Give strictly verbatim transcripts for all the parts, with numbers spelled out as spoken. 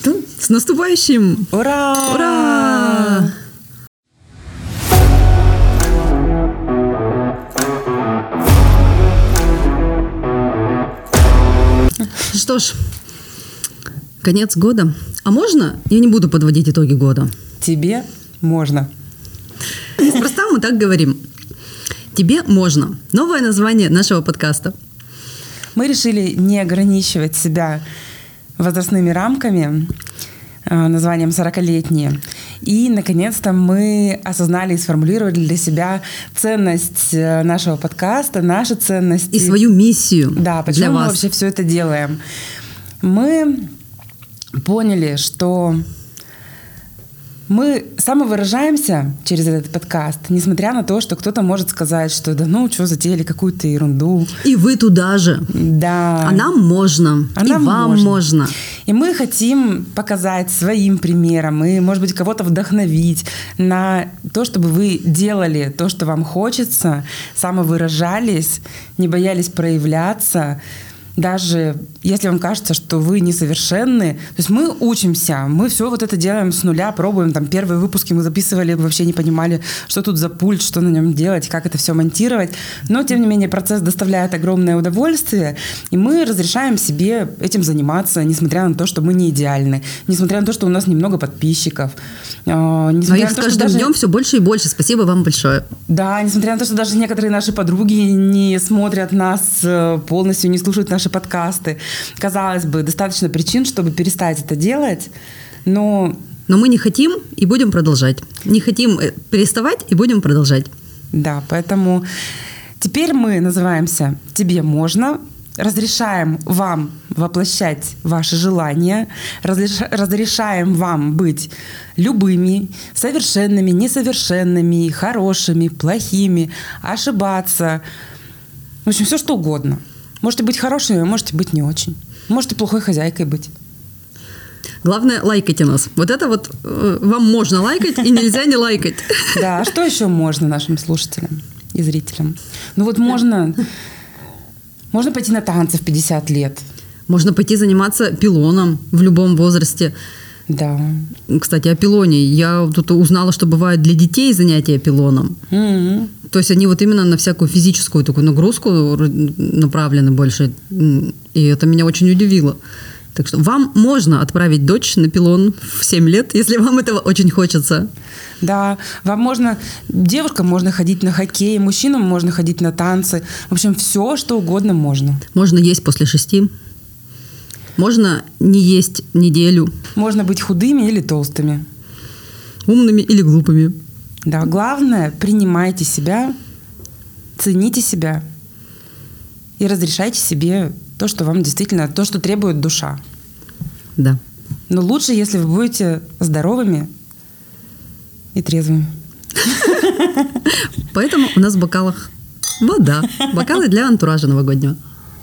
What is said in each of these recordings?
С наступающим! Ура! Ура! Что ж, конец года. А можно я не буду подводить итоги года? Тебе можно. Неспроста мы так говорим. Тебе можно. Новое название нашего подкаста. Мы решили не ограничивать себя возрастными рамками, названием «сорокалетние». И, наконец-то, мы осознали и сформулировали для себя ценность нашего подкаста, наши ценности. И свою миссию. Да, почему для мы вас. вообще все это делаем. Мы поняли, что мы самовыражаемся через этот подкаст, несмотря на то, что кто-то может сказать, что да ну, что затеяли какую-то ерунду. И вы туда же. Да. А нам можно. А и нам вам можно. можно. И мы хотим показать своим примером и, может быть, кого-то вдохновить на то, чтобы вы делали то, что вам хочется, самовыражались, не боялись проявляться. Даже если вам кажется, что вы несовершенны, то есть мы учимся, мы все вот это делаем с нуля, пробуем. Там первые выпуски мы записывали, вообще не понимали, что тут за пульт, что на нем делать, как это все монтировать. Но, тем не менее, процесс доставляет огромное удовольствие, и мы разрешаем себе этим заниматься, несмотря на то, что мы не идеальны, несмотря на то, что у нас немного подписчиков. Но их с каждым даже... днем все больше и больше. Спасибо вам большое. Да, несмотря на то, что даже некоторые наши подруги не смотрят нас полностью, не слушают наши подкасты. Казалось бы, достаточно причин, чтобы перестать это делать, но... Но мы не хотим и будем продолжать. Не хотим переставать и будем продолжать. Да, поэтому теперь мы называемся «Тебе можно», разрешаем вам воплощать ваши желания, разреш... разрешаем вам быть любыми, совершенными, несовершенными, хорошими, плохими, ошибаться. В общем, все что угодно. Можете быть хорошими, можете быть не очень. Можете плохой хозяйкой быть. Главное, лайкайте нас. Вот это вот э, вам можно лайкать и нельзя не лайкать. Да, а что еще можно нашим слушателям и зрителям? Ну вот можно, можно пойти на танцы в пятьдесят лет. Можно пойти заниматься пилоном в любом возрасте. Да. Кстати, о пилоне. Я тут узнала, что бывает для детей занятия пилоном. Mm-hmm. То есть они вот именно на всякую физическую такую нагрузку направлены больше. И это меня очень удивило. Так что вам можно отправить дочь на пилон в семь лет, если вам этого очень хочется. Да, вам можно, девушкам можно ходить на хоккей, мужчинам можно ходить на танцы. В общем, все, что угодно можно. Можно есть после шести. Можно не есть неделю. Можно быть худыми или толстыми. Умными или глупыми. Да, главное, принимайте себя, цените себя и разрешайте себе то, что вам действительно, то, что требует душа. Да. Но лучше, если вы будете здоровыми и трезвыми. Поэтому у нас в бокалах вода. Бокалы для антуража новогоднего.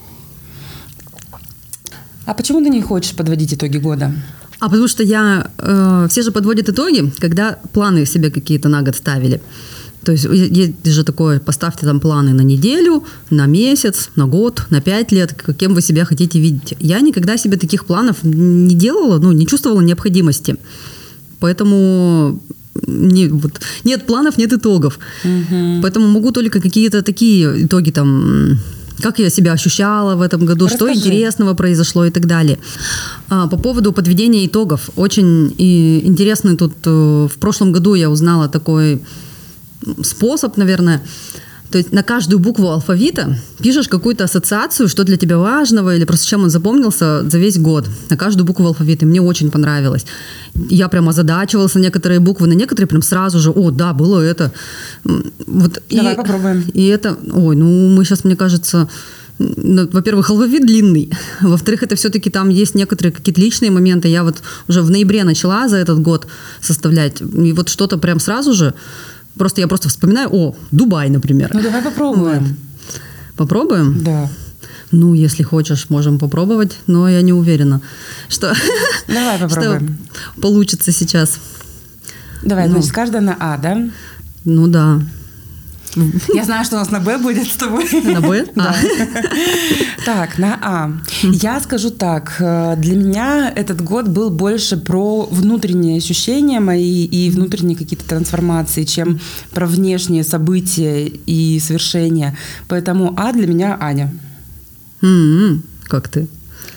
А почему ты не хочешь подводить итоги года? А потому что я... Э, все же подводят итоги, когда планы себе какие-то на год ставили. То есть есть же такое, поставьте там планы на неделю, на месяц, на год, на пять лет, каким вы себя хотите видеть. Я никогда себе таких планов не делала, ну, не чувствовала необходимости. Поэтому не, вот, нет планов, нет итогов. Угу. Поэтому могу только какие-то такие итоги там... Как я себя ощущала в этом году, Расскажи. Что интересного произошло и так далее. По поводу подведения итогов. Очень интересный тут... В прошлом году я узнала такой способ, наверное. То есть на каждую букву алфавита пишешь какую-то ассоциацию, что для тебя важного, или просто чем он запомнился за весь год. На каждую букву алфавита. И мне очень понравилось. Я прям озадачивалась на некоторые буквы, на некоторые прям сразу же, о, да, было это. Вот. Давай и, попробуем. И это, ой, ну мы сейчас, мне кажется, ну, во-первых, алфавит длинный. Во-вторых, это все-таки там есть некоторые какие-то личные моменты. Я вот уже в ноябре начала за этот год составлять. И вот что-то прям сразу же. Просто я просто вспоминаю, о, Дубай, например. Ну, давай попробуем. Вот. Попробуем? Да. Ну, если хочешь, можем попробовать, но я не уверена, что, давай попробуем. что получится сейчас. Давай, ну. значит, каждая на А, да? Ну, да. Я знаю, что у нас на Б будет с тобой. На Б? Да. Так, на А. Я скажу так. Для меня этот год был больше про внутренние ощущения мои и внутренние какие-то трансформации, чем про внешние события и свершения. Поэтому А для меня Аня. Mm-hmm. Как ты?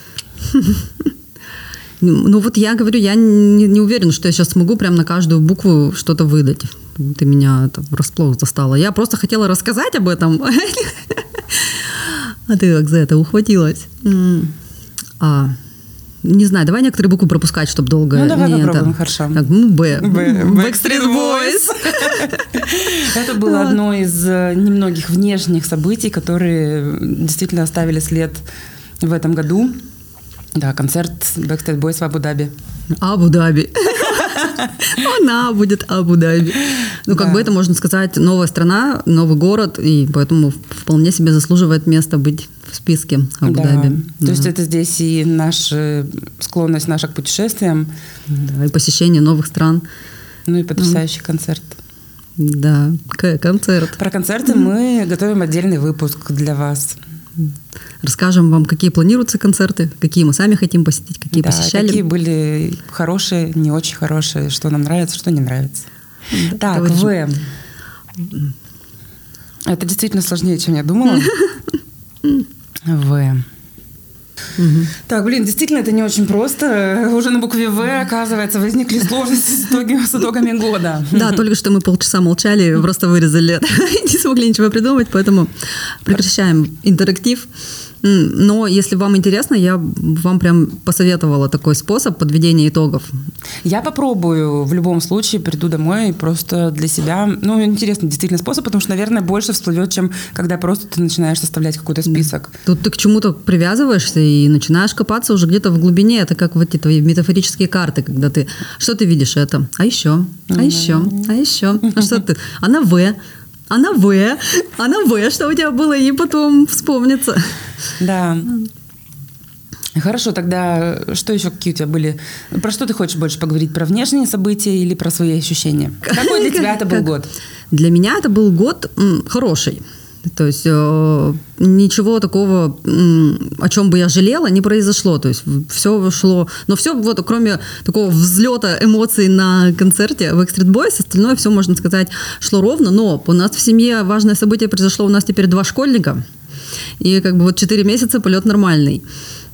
Ну вот я говорю, я не, не уверена, что я сейчас смогу прям на каждую букву что-то выдать. Ты меня это врасплох застала. Я просто хотела рассказать об этом, а ты как за это ухватилась. А, не знаю, давай некоторые буквы пропускать, чтобы долго... Ну давай не попробуем, это... хорошо. Так, ну, Б. Backstreet Boys. Это было одно из немногих внешних событий, которые действительно оставили след в этом году. Да, концерт Backstreet Boys в Абу-Даби. Абу-Даби. Она будет Абу-Даби. Ну, как да. бы это, можно сказать, новая страна, новый город, и поэтому вполне себе заслуживает места быть в списке Абу-Даби. Да. Да. То есть это здесь и наша склонность наша к путешествиям. Да, и посещение новых стран. Ну и потрясающий mm. концерт. Да, концерт. Про концерты mm. мы готовим отдельный выпуск для вас. Расскажем вам, какие планируются концерты, какие мы сами хотим посетить, какие да, посещали. Какие были хорошие, не очень хорошие, что нам нравится, что не нравится. Да, так, В. Это действительно сложнее, чем я думала. В. Угу. Так, блин, действительно, это не очень просто. Уже на букве В, оказывается, возникли сложности с, итоги, с итогами года. Да, только что мы полчаса молчали, просто вырезали, не смогли ничего придумать, поэтому прекращаем интерактив. Но если вам интересно, я вам прям посоветовала такой способ подведения итогов. Я попробую в любом случае, приду домой просто для себя. Ну, интересный действительно способ, потому что, наверное, больше всплывет, чем когда просто ты начинаешь составлять какой-то список. Тут ты к чему-то привязываешься и начинаешь копаться уже где-то в глубине. Это как вот эти твои метафорические карты, когда ты... Что ты видишь это? А еще, а mm-hmm. еще, а еще. А что ты? А на В... А на В, а на В, что у тебя было, и потом вспомнится. Да. Хорошо, тогда что еще, какие у тебя были? Про что ты хочешь больше поговорить? Про внешние события или про свои ощущения? Какой для тебя это был год? Для меня это был год м, хороший. То есть э, ничего такого, м, о чем бы я жалела, не произошло. То есть все шло... Но все, вот, кроме такого взлета эмоций на концерте в Backstreet Boys, остальное все, можно сказать, шло ровно. Но у нас в семье важное событие произошло. У нас теперь два школьника. И как бы вот четыре месяца полет нормальный.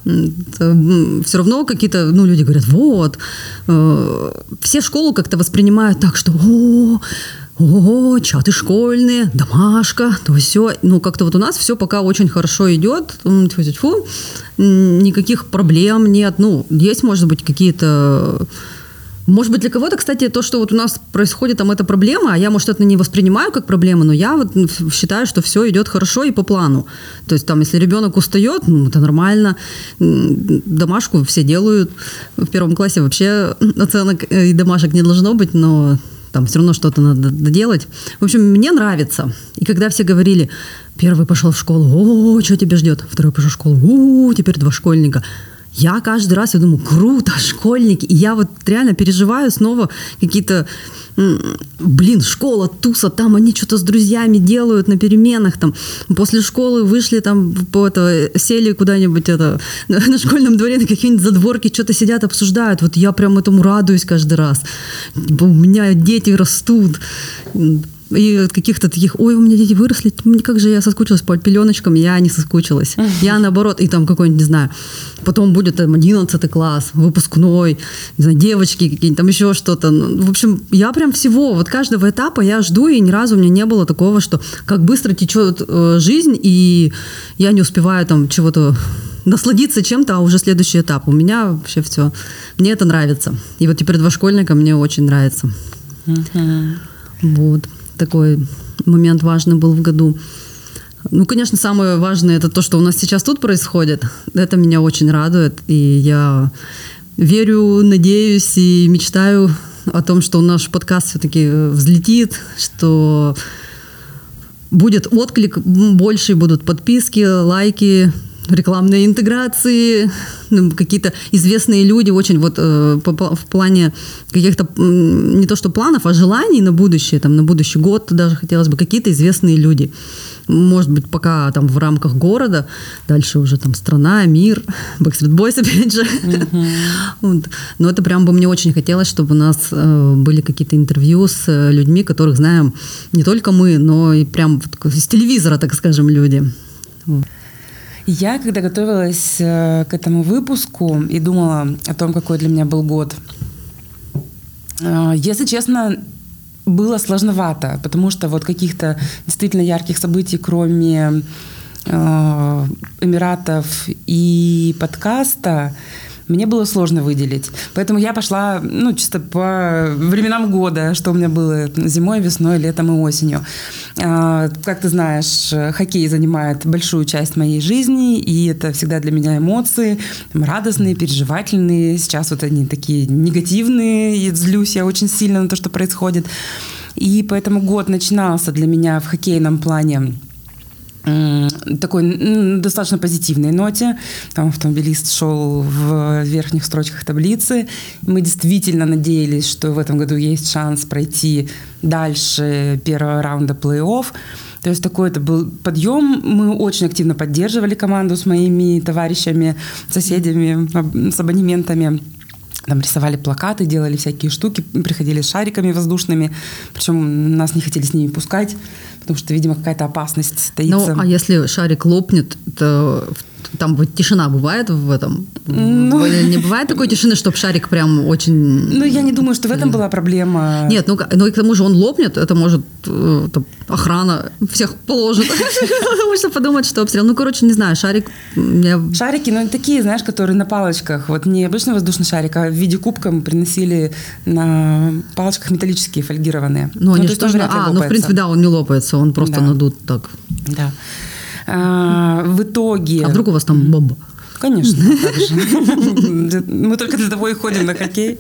Все равно какие-то, ну, люди говорят, вот, э, все школу как-то воспринимают так, что о, о, чаты школьные, домашка, то все. Ну, как-то вот у нас все пока очень хорошо идет, фу, никаких проблем нет. Ну, есть, может быть, какие-то... Может быть, для кого-то, кстати, то, что вот у нас происходит, там, это проблема, а я, может, это не воспринимаю как проблему, но я вот считаю, что все идет хорошо и по плану. То есть, там, если ребенок устает, ну, это нормально. Домашку все делают. В первом классе вообще оценок и домашек не должно быть, но там все равно что-то надо доделать. В общем, мне нравится. И когда все говорили, первый пошел в школу, о, что тебя ждет? Второй пошел в школу, у, теперь два школьника. Я каждый раз я думаю, круто, школьники. И я вот реально переживаю снова какие-то, блин, школа, туса, там они что-то с друзьями делают на переменах. Там, после школы вышли, там, по это, сели куда-нибудь это, на, на школьном дворе, на какие-нибудь задворки, что-то сидят, обсуждают. Вот я прям этому радуюсь каждый раз. У меня дети растут. И от каких-то таких, ой, у меня дети выросли, как же я соскучилась по пеленочкам, я не соскучилась. Uh-huh. Я наоборот, и там какой-нибудь, не знаю, потом будет там одиннадцатый класс, выпускной, не знаю, девочки какие-нибудь, там еще что-то. В общем, я прям всего, вот каждого этапа я жду, и ни разу у меня не было такого, что как быстро течет э, жизнь, и я не успеваю там чего-то насладиться чем-то, а уже следующий этап. У меня вообще все. Мне это нравится. И вот теперь два школьника мне очень нравится. Uh-huh. Вот. Такой момент важный был в году. Ну, конечно, самое важное это то, что у нас сейчас тут происходит. Это меня очень радует. И я верю, надеюсь и мечтаю о том, что наш подкаст все-таки взлетит, что будет отклик больше, будут подписки, лайки, рекламные интеграции, ну, какие-то известные люди, очень вот э, по, в плане каких-то не то что планов, а желаний на будущее, там, на будущий год даже хотелось бы какие-то известные люди. Может быть, пока там в рамках города, дальше уже там страна, мир, Backstreet Boys, опять же. Mm-hmm. Вот. Но это прям бы мне очень хотелось, чтобы у нас э, были какие-то интервью с людьми, которых знаем не только мы, но и прям вот, из телевизора, так скажем, люди. Вот. Я, когда готовилась к этому выпуску и думала о том, какой для меня был год, если честно, было сложновато, потому что вот каких-то действительно ярких событий, кроме Эмиратов и подкаста, мне было сложно выделить. Поэтому я пошла, ну, чисто по временам года, что у меня было зимой, весной, летом и осенью. Как ты знаешь, хоккей занимает большую часть моей жизни, и это всегда для меня эмоции, радостные, переживательные. Сейчас вот они такие негативные, и злюсь я очень сильно на то, что происходит. И поэтому год начинался для меня в хоккейном плане такой достаточно позитивной ноте. Там автомобилист шел в верхних строчках таблицы. Мы действительно надеялись, что в этом году есть шанс пройти дальше первого раунда плей-офф. То есть такой это был подъем. Мы очень активно поддерживали команду с моими товарищами, соседями, с абонементами. Там рисовали плакаты, делали всякие штуки, приходили с шариками воздушными. Причем нас не хотели с ними пускать, потому что, видимо, какая-то опасность таится. Ну, а если шарик лопнет, то там вот тишина бывает в этом? Ну, не бывает такой тишины, чтобы шарик прям очень... Ну, я не думаю, что в этом была проблема. Нет, ну, ну и к тому же он лопнет, это может там, охрана всех положит. Потому что подумать, что обстрел. Ну, короче, не знаю, шарик... Шарики, ну, такие, знаешь, которые на палочках. Вот не обычный воздушный шарик, а в виде кубка мы приносили на палочках металлические, фольгированные. Ну, они же тоже... А, ну, в принципе, да, он не лопается, он просто надут так. Да. А, в итоге... А вдруг у вас там бомба? Конечно, как же. Мы только для того и ходим на хоккей.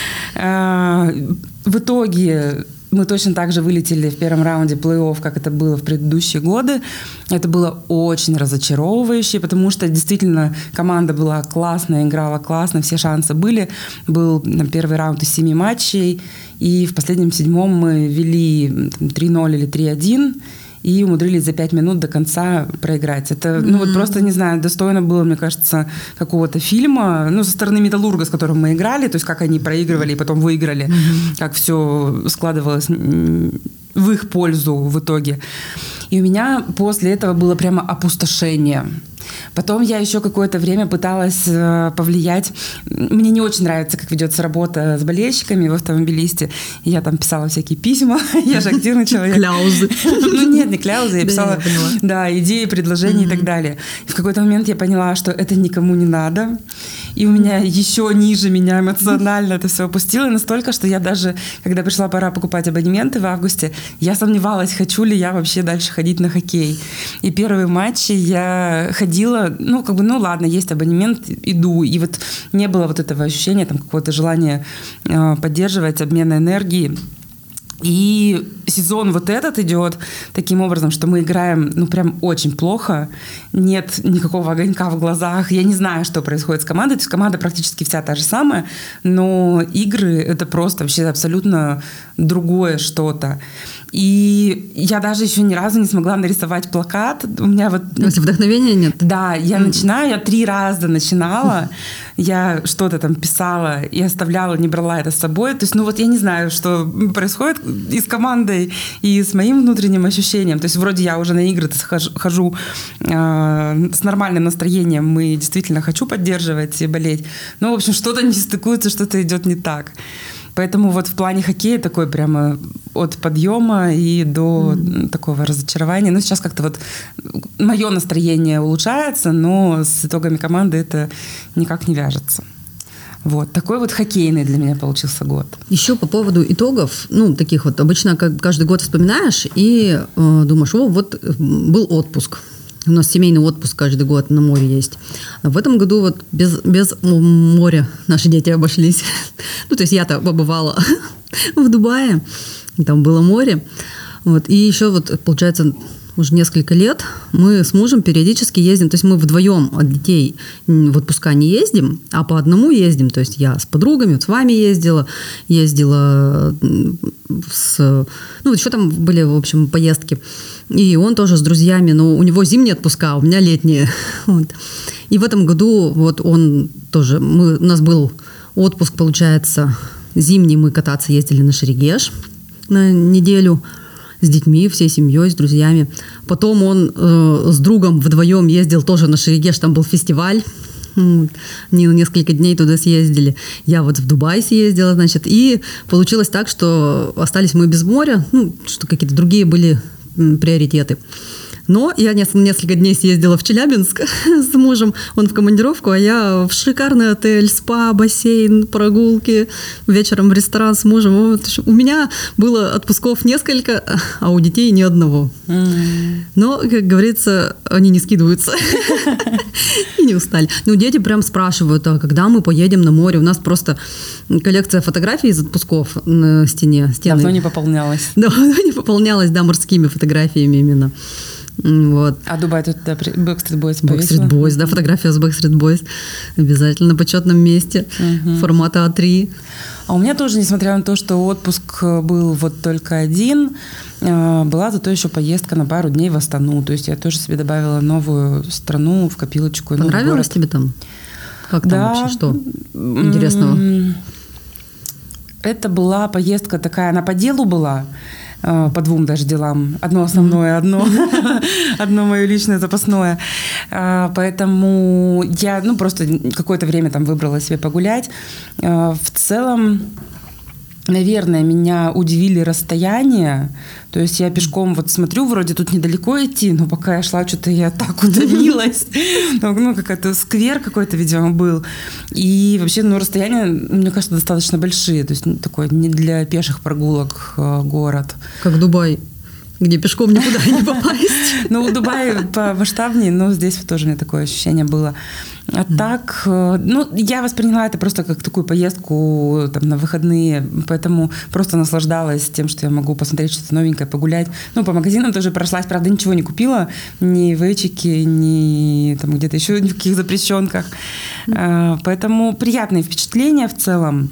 А, в итоге мы точно так же вылетели в первом раунде плей-офф, как это было в предыдущие годы. Это было очень разочаровывающе, потому что действительно команда была классная, играла классно, все шансы были. Был первый раунд из семи матчей, и в последнем седьмом мы вели три ноль или три один, и умудрились за пять минут до конца проиграть. Это, mm-hmm. ну вот просто, не знаю, достойно было, мне кажется, какого-то фильма, ну, со стороны Металлурга, с которым мы играли, то есть как они проигрывали и потом выиграли, mm-hmm. как все складывалось в их пользу в итоге. И у меня после этого было прямо опустошение. Потом я еще какое-то время пыталась э, повлиять. Мне не очень нравится, как ведется работа с болельщиками в «Автомобилисте». И я там писала всякие письма. Я же активный человек. Кляузы. Ну нет, не кляузы. Я писала да, идеи, предложения и так далее. И в какой-то момент я поняла, что это никому не надо. И у меня еще ниже меня эмоционально это все опустило. Настолько, что я даже, когда пришла пора покупать абонементы в августе, я сомневалась, хочу ли я вообще дальше ходить на хоккей. И первые матчи я ходила, ну, как бы, ну, ладно, есть абонемент, иду. И вот не было вот этого ощущения, там, какого-то желания э, поддерживать, обмена энергии. И сезон вот этот идет таким образом, что мы играем, ну, прям очень плохо. Нет никакого огонька в глазах. Я не знаю, что происходит с командой. То есть команда практически вся та же самая, но игры — это просто вообще абсолютно другое что-то. И я даже еще ни разу не смогла нарисовать плакат. У меня вот... Если вдохновения нет? Да, я mm. начинаю, я три раза начинала, я что-то там писала и оставляла, не брала это с собой. То есть, ну вот я не знаю, что происходит и с командой, и с моим внутренним ощущением. То есть вроде я уже на игры хожу, хожу э, с нормальным настроением, и действительно хочу поддерживать и болеть. Но, в общем, что-то не стыкуется, что-то идет не так. Поэтому вот в плане хоккея такой прямо от подъема и до mm-hmm. такого разочарования. Ну, сейчас как-то вот мое настроение улучшается, но с итогами команды это никак не вяжется. Вот. Такой вот хоккейный для меня получился год. Еще по поводу итогов, ну, таких вот, обычно как каждый год вспоминаешь и э, думаешь, о, вот был отпуск. У нас семейный отпуск каждый год на море есть. А в этом году вот без, без моря наши дети обошлись. Ну, то есть я-то побывала в Дубае, там было море. Вот. И еще вот, получается, уже несколько лет мы с мужем периодически ездим, то есть мы вдвоем от детей в отпуска не ездим, а по одному ездим. То есть я с подругами, вот с вами ездила, ездила с... Ну, еще там были, в общем, поездки. И он тоже с друзьями, но у него зимние отпуска, а у меня летние. Вот. И в этом году вот он тоже... Мы, у нас был отпуск, получается, зимний, мы кататься ездили на Шерегеш на неделю с детьми, всей семьей, с друзьями. Потом он э, с другом вдвоем ездил тоже на Шерегеш, там был фестиваль. Они на несколько дней туда съездили. Я вот в Дубай съездила, значит. И получилось так, что остались мы без моря, ну, что какие-то другие были м, приоритеты. Но я несколько дней съездила в Челябинск с мужем, он в командировку, а я в шикарный отель, спа, бассейн, прогулки, вечером в ресторан с мужем. Вот. У меня было отпусков несколько, а у детей ни одного. Mm. Но, как говорится, они не скидываются и не устали. Ну, дети прям спрашивают, а когда мы поедем на море? У нас просто коллекция фотографий из отпусков на стене. Стены. Давно не пополнялась. Давно не пополнялась, да, морскими фотографиями именно. Вот. А Дубай тут да, Backstreet Boys повесила? Backstreet Boys, да, фотография с Backstreet Boys обязательно на почетном месте, угу. Формата а три. А у меня тоже, несмотря на то, что отпуск был вот только один, была зато еще поездка на пару дней в Астану. То есть я тоже себе добавила новую страну в копилочку. Понравилось тебе там? Как там да. вообще, что интересного? Это была поездка такая, она по делу была. По двум даже делам. Одно основное, одно, одно мое личное запасное. Поэтому я ну, просто какое-то время там выбрала себе погулять. В целом, наверное, меня удивили расстояния. То есть я пешком вот смотрю, вроде тут недалеко идти, но пока я шла, что-то я так утомилась. Ну, какой-то сквер какой-то, видимо, был. И вообще, ну, расстояния, мне кажется, достаточно большие. То есть такой не для пеших прогулок город. Как Дубай, где пешком никуда не попасть. Ну, Дубай помасштабнее, но здесь тоже у меня такое ощущение было. А так, ну, я восприняла это просто как такую поездку там, на выходные, поэтому просто наслаждалась тем, что я могу посмотреть что-то новенькое, погулять. Ну, по магазинам тоже прошлась, правда, ничего не купила, ни в Эчике, ни там где-то еще, ни в каких запрещенках. Поэтому приятные впечатления в целом.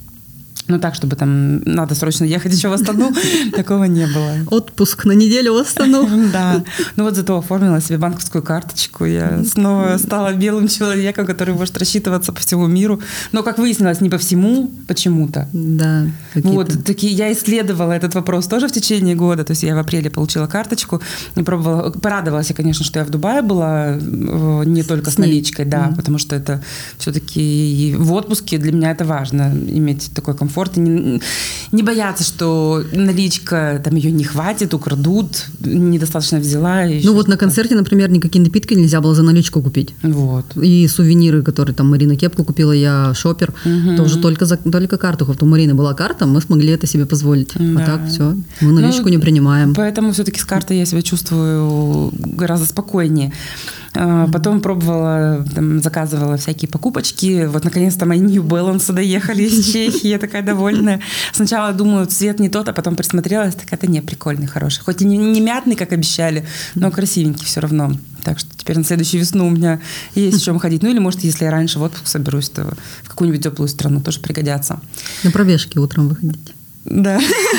Ну так, чтобы там надо срочно ехать еще в Астану, такого не было. Отпуск на неделю в Астану. Да. Ну вот зато оформила себе банковскую карточку. Я снова стала белым человеком, который может рассчитываться по всему миру. Но, как выяснилось, не по всему, почему-то. Да. Вот такие. Я исследовала этот вопрос тоже в течение года. То есть я в апреле получила карточку и пробовала. Порадовалась я, конечно, что я в Дубае была не только с, с наличкой, да, mm. потому что это все-таки в отпуске для меня это важно, иметь такой комфорт. И не, не бояться, что наличка, там ее не хватит, украдут, недостаточно взяла. Ну вот на концерте, например, никакие напитки нельзя было за наличку купить. Вот. И сувениры, которые там Марина кепку купила, я шопер, угу. тоже только, за, только карту. Вот у Марины была карта, мы смогли это себе позволить. Да. А так все, мы наличку ну, не принимаем. Поэтому все-таки с картой я себя чувствую гораздо спокойнее. Потом пробовала, там, заказывала всякие покупочки. Вот, наконец-то, мои New Balance доехали из Чехии. Я такая довольная. Сначала думаю, цвет не тот, а потом присмотрелась. Так это не прикольный, хороший. Хоть и не, не мятный, как обещали, но красивенький все равно. Так что теперь на следующую весну у меня есть в чем ходить. Ну или, может, если я раньше в отпуск соберусь, то в какую-нибудь теплую страну тоже пригодятся. На пробежки утром выходите. Да.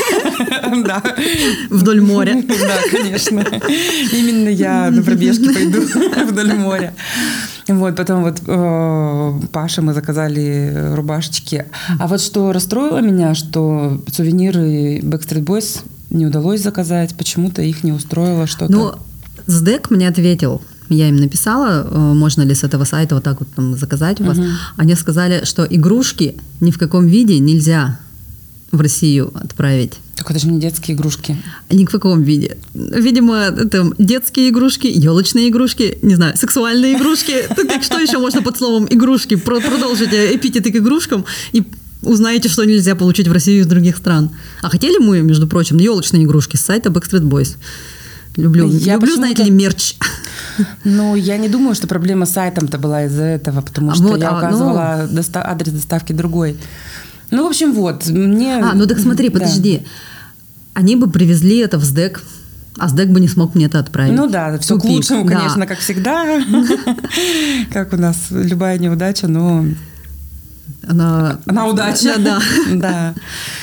Да. Вдоль моря. Да, конечно. Именно я на пробежке пойду вдоль моря. Вот, потом вот э, Паше мы заказали рубашечки. А вот что расстроило меня, что сувениры Backstreet Boys не удалось заказать. Почему-то их не устроило что-то. Ну, СДЭК мне ответил. Я им написала, можно ли с этого сайта вот так вот там заказать у вас. Угу. Они сказали, что игрушки ни в каком виде нельзя в Россию отправить. Так это же не детские игрушки. Ни в каком виде. Видимо, это детские игрушки, елочные игрушки, не знаю, сексуальные игрушки. Так что еще можно под словом игрушки? Продолжите эпитеты к игрушкам и узнаете, что нельзя получить в Россию из других стран. А хотели мы, между прочим, елочные игрушки с сайта Backstreet Boys. Люблю, я люблю знаете ли, мерч. Ну, я не думаю, что проблема с сайтом-то была из-за этого, потому а что вот, я а, указывала ну... доста- адрес доставки другой. Ну, в общем, вот, мне... А, ну так смотри, подожди. Да. Они бы привезли это в СДЭК, А СДЭК бы не смог мне это отправить. Ну да, все к лучшему, конечно, как всегда. Как у нас любая неудача, но... Она... Она удача. Да, да.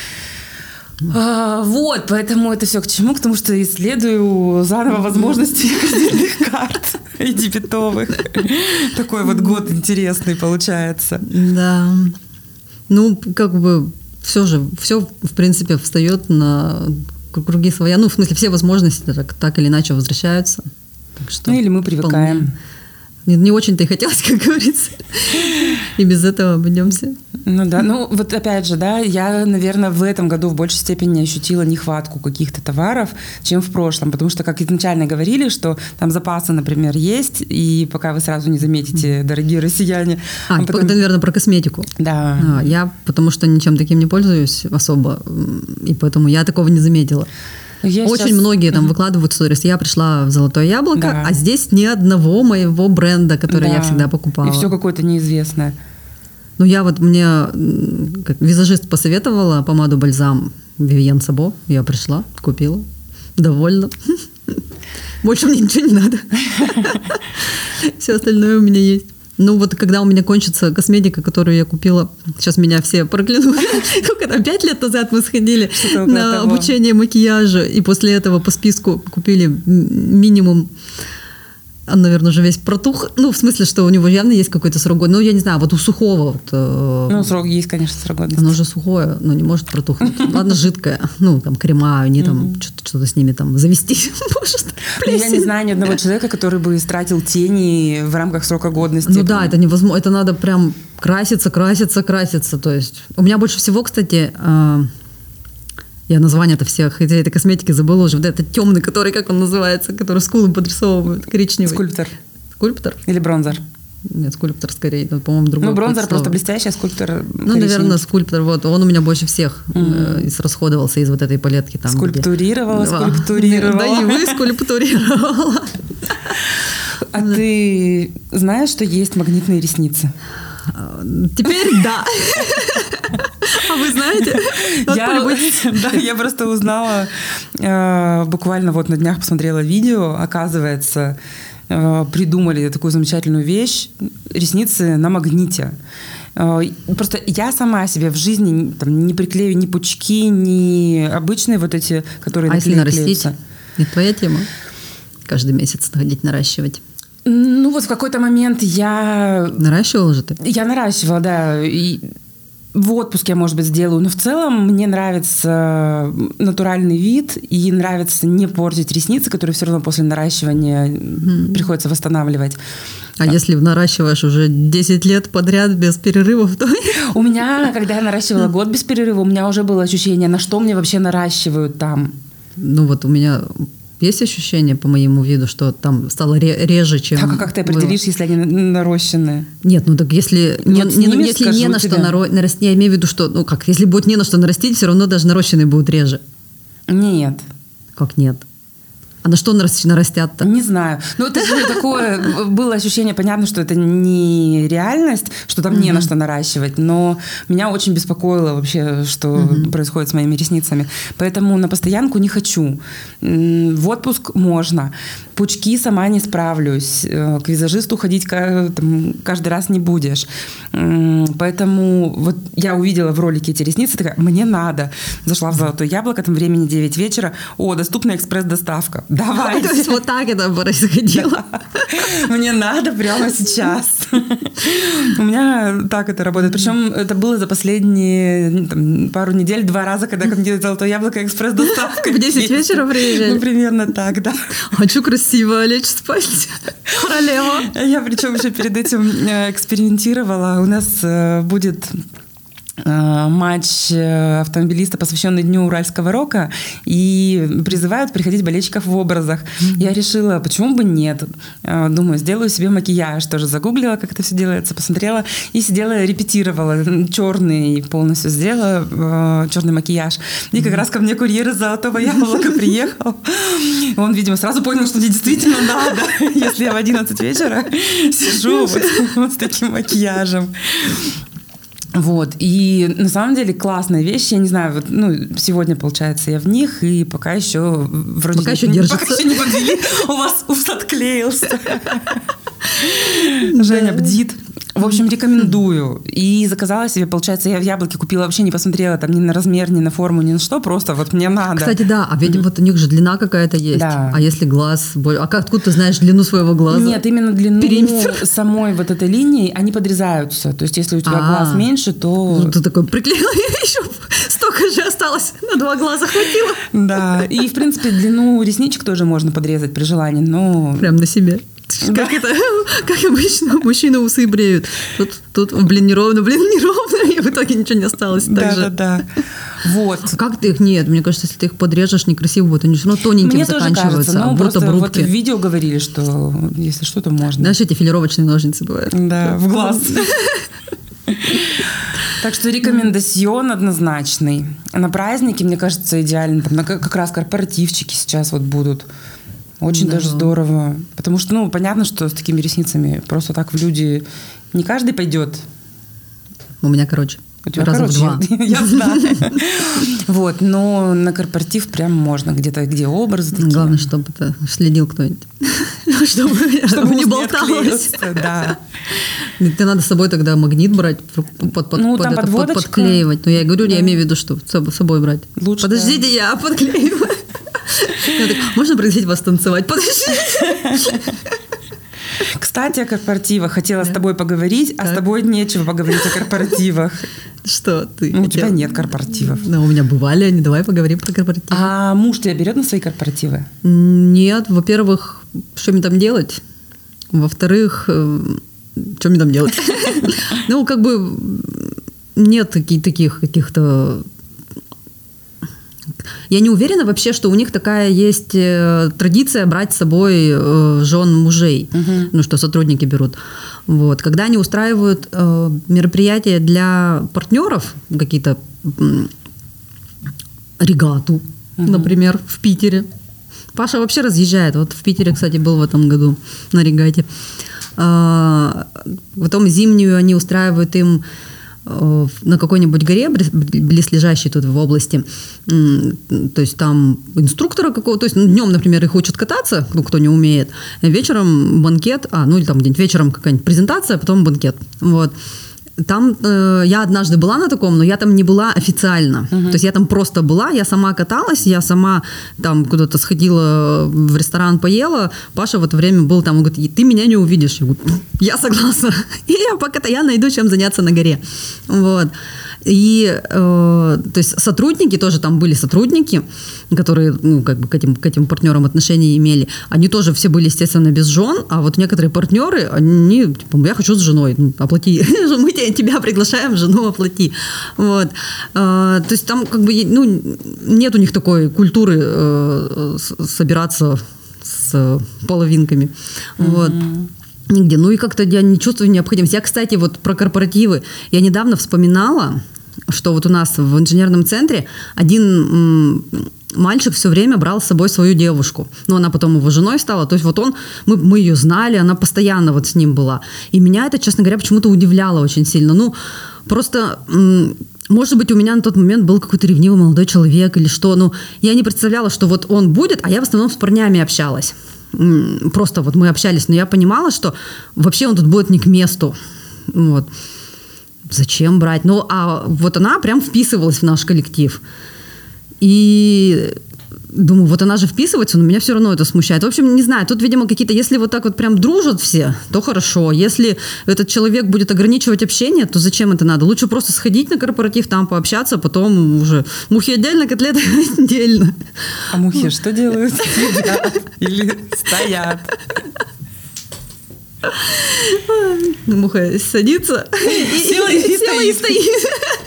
А, вот, поэтому это все к чему? К тому, что исследую заново возможности кредитных карт и дебетовых. Такой вот год интересный получается. Да. Ну, как бы все же, все, в принципе, встает на круги своя. Ну, в смысле, все возможности так, так или иначе возвращаются. Так что ну, или мы привыкаем. Не, не очень-то и хотелось, как говорится. И без этого обойдемся. Ну да, ну вот опять же, да, я, наверное, в этом году в большей степени ощутила нехватку каких-то товаров, чем в прошлом, потому что, как изначально говорили, что там запасы, например, есть, и пока вы сразу не заметите, дорогие россияне... А, а потом... это, наверное, про косметику. Да. А, я, потому что ничем таким не пользуюсь особо, и поэтому я такого не заметила. Я Очень сейчас... многие там выкладывают сторис. Я пришла в «Золотое яблоко», да. а здесь ни одного моего бренда, который да. я всегда покупала. И все какое-то неизвестное. Ну, я вот, мне как визажист посоветовала помаду-бальзам Vivienne Sabo. Я пришла, купила. Довольна. Больше мне ничего не надо. Все остальное у меня есть. Ну, вот когда у меня кончится косметика, которую я купила, сейчас меня все проклянут. Сколько там, пять лет назад мы сходили на обучение макияжа, и после этого по списку купили минимум, он, наверное, уже весь протух. Ну, в смысле, что у него явно есть какой-то срок годности. Ну, я не знаю, вот у сухого... Вот, ну, срок есть, конечно, срок годности. Оно уже сухое, но не может протухнуть. Ладно, жидкое. Ну, там, крема, они там что-то, что-то с ними там завести может. Я не знаю ни одного человека, который бы истратил тени в рамках срока годности. Ну да, это невозможно. Это надо прям краситься, краситься, краситься. То есть у меня больше всего, кстати... Я название-то всех этой косметики забыла уже. Вот этот темный, который, как он называется, который скулы подрисовывают, коричневый. Скульптор. Скульптор? Или бронзер? Нет, скульптор скорее, но, по-моему, другой. Ну, бронзер просто блестящий, а скульптор Ну, наверное, скульптор. Вот, он у меня больше всех mm-hmm. израсходовался из вот этой палетки. Там, скульптурировала, где... скульптурировала. Да, и вы скульптурировала. А ты знаешь, что есть магнитные ресницы? Теперь да. А вы знаете? Я, да, я просто узнала, э, буквально вот на днях посмотрела видео, оказывается, э, придумали такую замечательную вещь, ресницы на магните. Э, просто я сама себе в жизни там, не приклею ни пучки, ни обычные вот эти, которые а если нарастить? Не твоя тема? Каждый месяц ходить наращивать? Ну вот в какой-то момент я... Наращивала же ты? Я наращивала, да. И в отпуске я, может быть, сделаю. Но в целом мне нравится натуральный вид и нравится не портить ресницы, которые все равно после наращивания mm-hmm. приходится восстанавливать. А да. если наращиваешь уже десять лет подряд без перерывов, то... У меня, когда я наращивала год без перерыва, у меня уже было ощущение, на что мне вообще наращивают там. Ну вот у меня... Есть ощущение по моему виду, что там стало реже, чем... Так, а как ты определишь, было? Если они нарощенные? Нет, ну так если не, вот не, ну, если не на что нарастить, я имею в виду, что, ну как, если будет не на что нарастить, все равно даже нарощенные будут реже. Нет. Как нет? А на что нарастят-то? Не знаю. Ну, это же такое... Было ощущение, понятно, что это не реальность, что там uh-huh. не на что наращивать, но меня очень беспокоило вообще, что uh-huh. происходит с моими ресницами. Поэтому на постоянку не хочу. В отпуск можно. Пучки сама не справлюсь. К визажисту ходить там, каждый раз не будешь. Поэтому вот я увидела в ролике эти ресницы, такая, мне надо. Зашла в «Золотое яблоко», там времени девять вечера. О, доступна экспресс-доставка. Давайте. То есть вот так это происходило. Мне надо прямо сейчас. У меня так это работает. Причем это было за последние там, пару недель, два раза, когда ко мне «Золотое яблоко» экспресс-доставка. В десять вечера приезжали? Ну, примерно так, да. Хочу красиво лечь спать. Королева. Я причем еще перед этим экспериментировала. У нас будет... матч автомобилиста, посвященный Дню уральского рока, и призывают приходить болельщиков в образах. Mm-hmm. Я решила, почему бы нет? Думаю, сделаю себе макияж. Тоже загуглила, как это все делается, посмотрела и сидела, репетировала. Черный полностью сделала, черный макияж. И как mm-hmm. раз ко мне курьер из «Золотого яблока» приехал. Он, видимо, сразу понял, что мне действительно надо, если я в одиннадцать вечера сижу вот с таким макияжем. Вот. И на самом деле классная вещь. Я не знаю, вот, ну, сегодня, получается, я в них, и пока еще вроде пока не, еще держится. Пока еще не подвели. У вас ус отклеился. Женя бдит. В общем, рекомендую. И заказала себе, получается, я в Яблоке купила, вообще не посмотрела там ни на размер, ни на форму, ни на что, просто вот мне надо. Кстати, да, а ведь mm-hmm. вот у них же длина какая-то есть. Да. А если глаз... А как, откуда ты знаешь длину своего глаза? Нет, именно длину Периметр. Самой вот этой линии, они подрезаются. То есть, если у тебя А-а-а. глаз меньше, то... Ну, ты такой приклеила, еще столько же осталось, на два глаза хватило. Да, и, в принципе, длину ресничек тоже можно подрезать при желании, но... Прям на себе. Да. Как это, как обычно, мужчины усы бреют. Тут, тут, блин, неровно, блин, неровно, и в итоге ничего не осталось. Да, да, да. Вот. А как ты их? Нет, мне кажется, если ты их подрежешь, некрасиво будет. Они все равно тоненьким мне заканчиваются. Тоже кажется, но а просто вот в видео говорили, что если что-то можно. Знаешь, эти филировочные ножницы бывают. Да, в глаз. Так что рекомендацион однозначный. На праздники, мне кажется, идеально. Там, как раз корпоративчики сейчас вот будут. Очень да. даже здорово. Потому что, ну, понятно, что с такими ресницами просто так в люди не каждый пойдет. У меня, короче, У тебя, раза короче, в два. Я знаю. Вот, но на корпоратив прям можно. Где-то, где образы такие. Главное, чтобы это следил кто-нибудь. Чтобы не болталось. Да. Тебе надо с собой тогда магнит брать, подклеивать. Но я говорю, я имею в виду, что с собой брать. Подождите, я подклеиваю. Можно пригласить вас танцевать? Подожди. Кстати, о корпоративах. Хотела да. с тобой поговорить, а так. с тобой нечего поговорить о корпоративах. Что ты? Ну, у тебя нет корпоративов. Ну, у меня бывали они. Давай поговорим про корпоративы. А муж тебя берет на свои корпоративы? Нет. Во-первых, что мне там делать? Во-вторых, что мне там делать? Ну, как бы нет таких каких-то... Я не уверена вообще, что у них такая есть традиция брать с собой жен мужей, uh-huh. ну, что сотрудники берут. Вот. Когда они устраивают э, мероприятия для партнеров, какие-то э, регату, uh-huh. например, в Питере. Паша вообще разъезжает. Вот в Питере, кстати, был в этом году на регате. А, потом зимнюю они устраивают им на какой-нибудь горе, близлежащей тут в области, то есть там инструктора какого-то, то есть ну, днем, например, их учат кататься, ну, кто не умеет, вечером банкет, а, ну, или там где-нибудь вечером какая-нибудь презентация, а потом банкет, вот. Там э, я однажды была на таком, но я там не была официально. Uh-huh. То есть я там просто была, я сама каталась, я сама там куда-то сходила в ресторан, поела. Паша в это время был там, он говорит, ты меня не увидишь. Я говорю, я согласна. И я пока-то я найду, чем заняться на горе. Вот. И э, то есть сотрудники, тоже там были сотрудники, которые ну, как бы к этим, к этим партнерам отношения имели. Они тоже все были, естественно, без жен, а вот некоторые партнеры, они, типа, я хочу с женой, ну, оплати, мы тебя приглашаем, жену оплати. Вот. Э, то есть там как бы ну, нет у них такой культуры э, собираться с половинками. Mm-hmm. Вот. Нигде. Ну и как-то я не чувствую необходимости. Я, кстати, вот про корпоративы. Я недавно вспоминала, что вот у нас в инженерном центре один м- мальчик все время брал с собой свою девушку. Но она потом его женой стала. То есть вот он, мы, мы ее знали, она постоянно вот с ним была. И меня это, честно говоря, почему-то удивляло очень сильно. Ну, просто... М- Может быть, у меня на тот момент был какой-то ревнивый молодой человек или что. Ну, я не представляла, что вот он будет, а я в основном с парнями общалась. Просто вот мы общались, но я понимала, что вообще он тут будет не к месту. Вот. Зачем брать? Ну, а вот она прям вписывалась в наш коллектив. И думаю, вот она же вписывается, но меня все равно это смущает. В общем, не знаю, тут, видимо, какие-то... Если вот так вот прям дружат все, то хорошо. Если этот человек будет ограничивать общение, то зачем это надо? Лучше просто сходить на корпоратив, там пообщаться, потом уже мухи отдельно, котлеты отдельно. А мухи что делают? Сидят или стоят? Муха садится и стоит.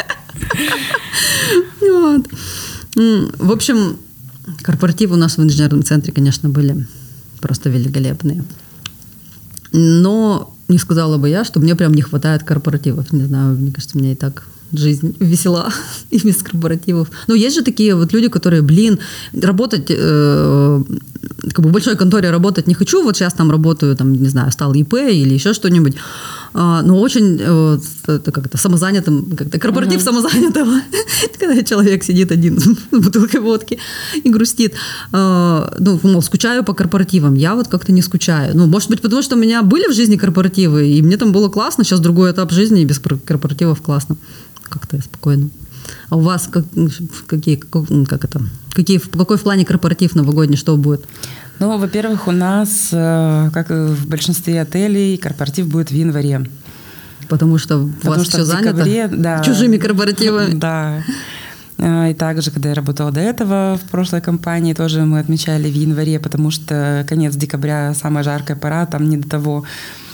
В общем... Корпоративы у нас в инженерном центре, конечно, были просто великолепные. Но не сказала бы я, что мне прям не хватает корпоративов. Не знаю, мне кажется, мне и так жизнь весела и без корпоративов. Но есть же такие вот люди, которые, блин, работать, э, как бы в большой конторе работать не хочу. Вот сейчас там работаю, там, не знаю, стал ИП или еще что-нибудь. но очень как это, самозанятым, как-то корпоратив uh-huh. самозанятого, когда человек сидит один с бутылкой водки и грустит. Ну, мол, скучаю по корпоративам. Я вот как-то не скучаю. Ну, может быть, потому что у меня были в жизни корпоративы, и мне там было классно, сейчас другой этап жизни, и без корпоративов классно. Как-то спокойно. А у вас как, какие, как это, какие, какой в плане корпоратив новогодний, что будет? Ну, во-первых, у нас, как и в большинстве отелей, корпоратив будет в январе. Потому что у Потому вас что все занято да, чужими корпоративами. Да. И также, когда я работала до этого в прошлой компании, тоже мы отмечали в январе, потому что конец декабря самая жаркая пора, там не до того.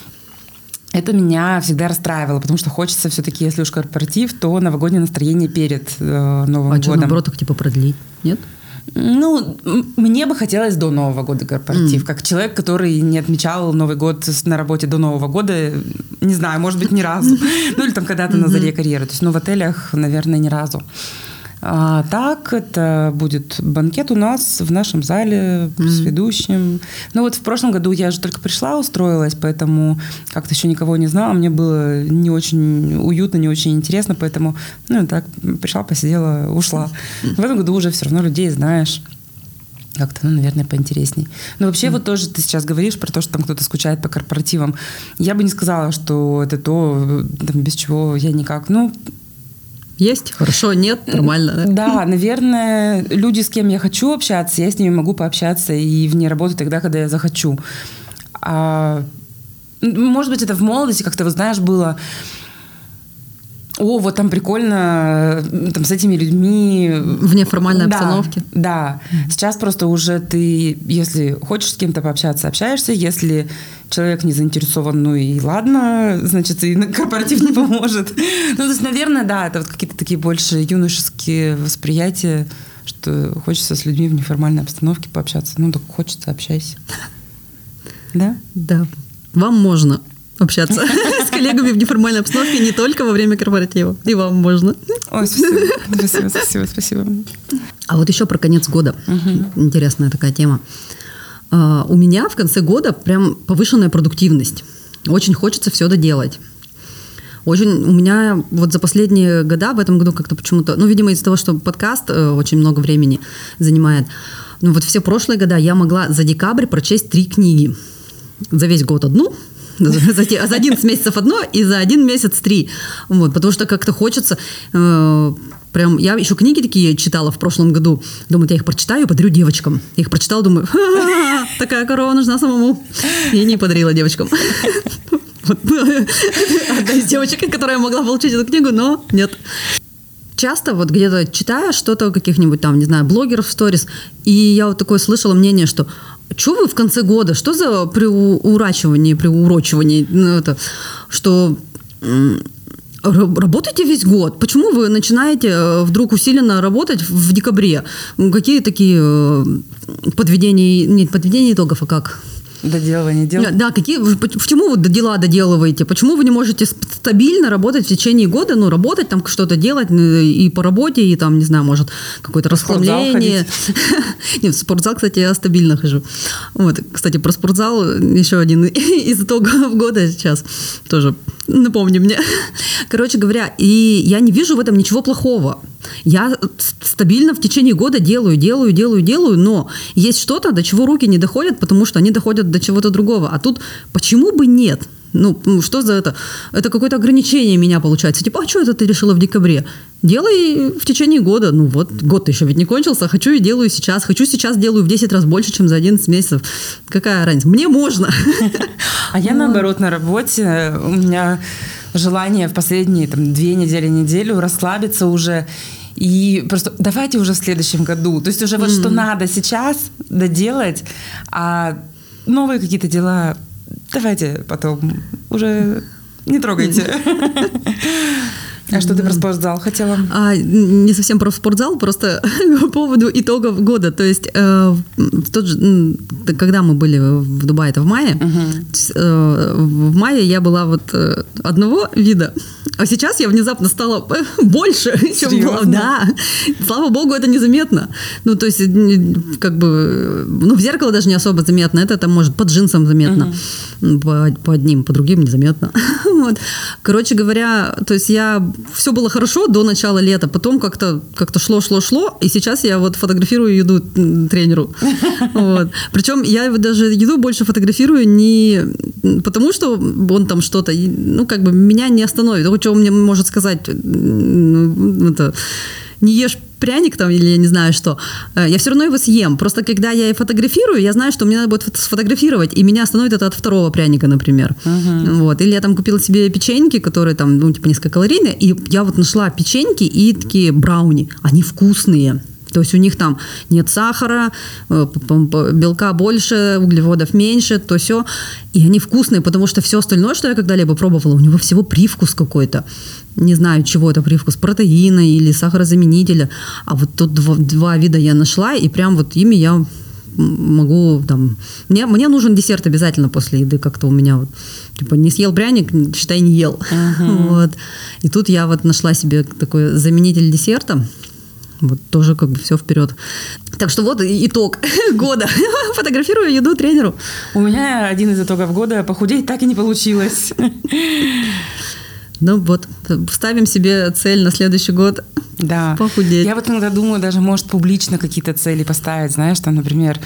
Это меня всегда расстраивало, потому что хочется все-таки, если уж корпоратив, то новогоднее настроение перед э, Новым а годом. А что, наоборот, их типа продлить? Нет? Ну, мне бы хотелось до Нового года корпоратив. Mm. Как человек, который не отмечал Новый год на работе до Нового года, не знаю, может быть, ни разу. Ну, или там когда-то на заре карьеры. То есть, ну, в отелях, наверное, ни разу. А так, это будет банкет у нас в нашем зале mm-hmm. с ведущим. Ну вот в прошлом году я же только пришла, устроилась, поэтому как-то еще никого не знала. Мне было не очень уютно, не очень интересно, поэтому, ну так, пришла, посидела, ушла. Mm-hmm. В этом году уже все равно людей знаешь. Как-то, ну, наверное, поинтересней. Но вообще mm-hmm. вот тоже ты сейчас говоришь про то, что там кто-то скучает по корпоративам. Я бы не сказала, что это то, там, без чего я никак... Ну, есть, хорошо, нет, нормально. Да? Да, наверное, люди, с кем я хочу общаться, я с ними могу пообщаться и вне работы тогда, когда я захочу. А, может быть, это в молодости как-то, вы знаешь, было... О, вот там прикольно, там с этими людьми... В неформальной да, обстановке. Да. Сейчас просто уже ты, если хочешь с кем-то пообщаться, общаешься. Если человек не заинтересован, ну и ладно, значит, и корпоратив не поможет. Ну, то есть, наверное, да, это вот какие-то такие больше юношеские восприятия, что хочется с людьми в неформальной обстановке пообщаться. Ну, так хочется, общайся. Да? Да. Вам можно общаться с коллегами в неформальной обстановке не только во время корпоратива. И вам можно. Ой, спасибо. Спасибо, спасибо, спасибо. А вот еще про конец года. Угу. Интересная такая тема. Uh, у меня в конце года прям повышенная продуктивность. Очень хочется все доделать. Очень у меня вот за последние года, в этом году как-то почему-то, ну, видимо, из-за того, что подкаст uh, очень много времени занимает, ну, вот все прошлые года я могла за декабрь прочесть три книги. За весь год одну, за, за одиннадцать месяцев одно и за один месяц три. Вот, потому что как-то хочется... Э, прям, я еще книги такие читала в прошлом году. Думаю, я их прочитаю и подарю девочкам. Я их прочитала, думаю, ха-ха-ха, такая корова нужна самому. И не подарила девочкам. Одна из девочек, которая могла получить эту книгу, но нет. Часто вот где-то читаю что-то каких-нибудь там, не знаю, блогеров в сторис, и я вот такое слышала мнение, что что вы в конце года, что за приурачивание, приурочивание, ну, это, что м- работаете весь год, почему вы начинаете вдруг усиленно работать в декабре? Какие такие подведения, нет, подведения итогов, а как? Доделывание дел. Да, какие, почему вы дела доделываете? Почему вы не можете стабильно работать в течение года? Ну, работать, там что-то делать и по работе, и там, не знаю, может, какое-то расхламление. Нет, в спортзал, кстати, я стабильно хожу. Вот, кстати, про спортзал еще один из итогов года сейчас тоже напомни мне. Короче говоря, и я не вижу в этом ничего плохого. Я стабильно в течение года делаю, делаю, делаю, делаю, но есть что-то, до чего руки не доходят, потому что они доходят до чего-то другого. А тут почему бы нет? Ну, что за это? Это какое-то ограничение меня получается. Типа, а что это ты решила в декабре? Делай в течение года. Ну вот, год еще ведь не кончился. Хочу и делаю сейчас. Хочу сейчас делаю в десять раз больше, чем за одиннадцать месяцев. Какая разница? Мне можно. А я наоборот на работе. У меня желание в последние там, две недели, неделю расслабиться уже. И просто давайте уже в следующем году. То есть уже вот mm. что надо сейчас доделать, а новые какие-то дела давайте потом уже не трогайте. А что ты про спортзал хотела? А, не совсем про спортзал, просто по поводу итогов года. То есть, э, в тот же, когда мы были в Дубае, это в мае, uh-huh. э, в мае я была вот э, одного вида, а сейчас я внезапно стала больше, чем была. Да. Слава богу, это незаметно. Ну, то есть, как бы, ну, в зеркало даже не особо заметно, это там, может, под джинсом заметно. Uh-huh. по, по одним, по другим незаметно. Вот. Короче говоря, то есть я... Все было хорошо до начала лета, потом как-то, как-то шло, шло, шло, и сейчас я вот фотографирую еду тренеру. Вот. Причем я даже еду больше фотографирую не потому, что он там что-то, ну, как бы меня не остановит. Вот что он мне может сказать, это, не ешь пряник там или я не знаю что, я все равно его съем. Просто когда я фотографирую, я знаю, что мне надо будет сфотографировать, и меня остановит это от второго пряника, например. Uh-huh. Вот. Или я там купила себе печеньки, которые там, ну, типа низкокалорийные, и я вот нашла печеньки и такие брауни. Они вкусные. То есть у них там нет сахара, белка больше, углеводов меньше, то все. И они вкусные, потому что все остальное, что я когда-либо пробовала, у него всего привкус какой-то. Не знаю, чего это привкус, протеина или сахарозаменителя. А вот тут два, два вида я нашла, и прям вот ими я могу там... Мне, мне нужен десерт обязательно после еды, как-то у меня вот... Типа не съел пряник, считай, не ел. Uh-huh. Вот. И тут я вот нашла себе такой заменитель десерта. Вот тоже как бы все вперед. Так что вот итог года. Фотографирую еду тренеру. У меня один из итогов года похудеть так и не получилось. Ну вот, ставим себе цель на следующий год. Да. Похудеть. Я вот иногда думаю, даже может публично какие-то цели поставить, знаешь, там, например,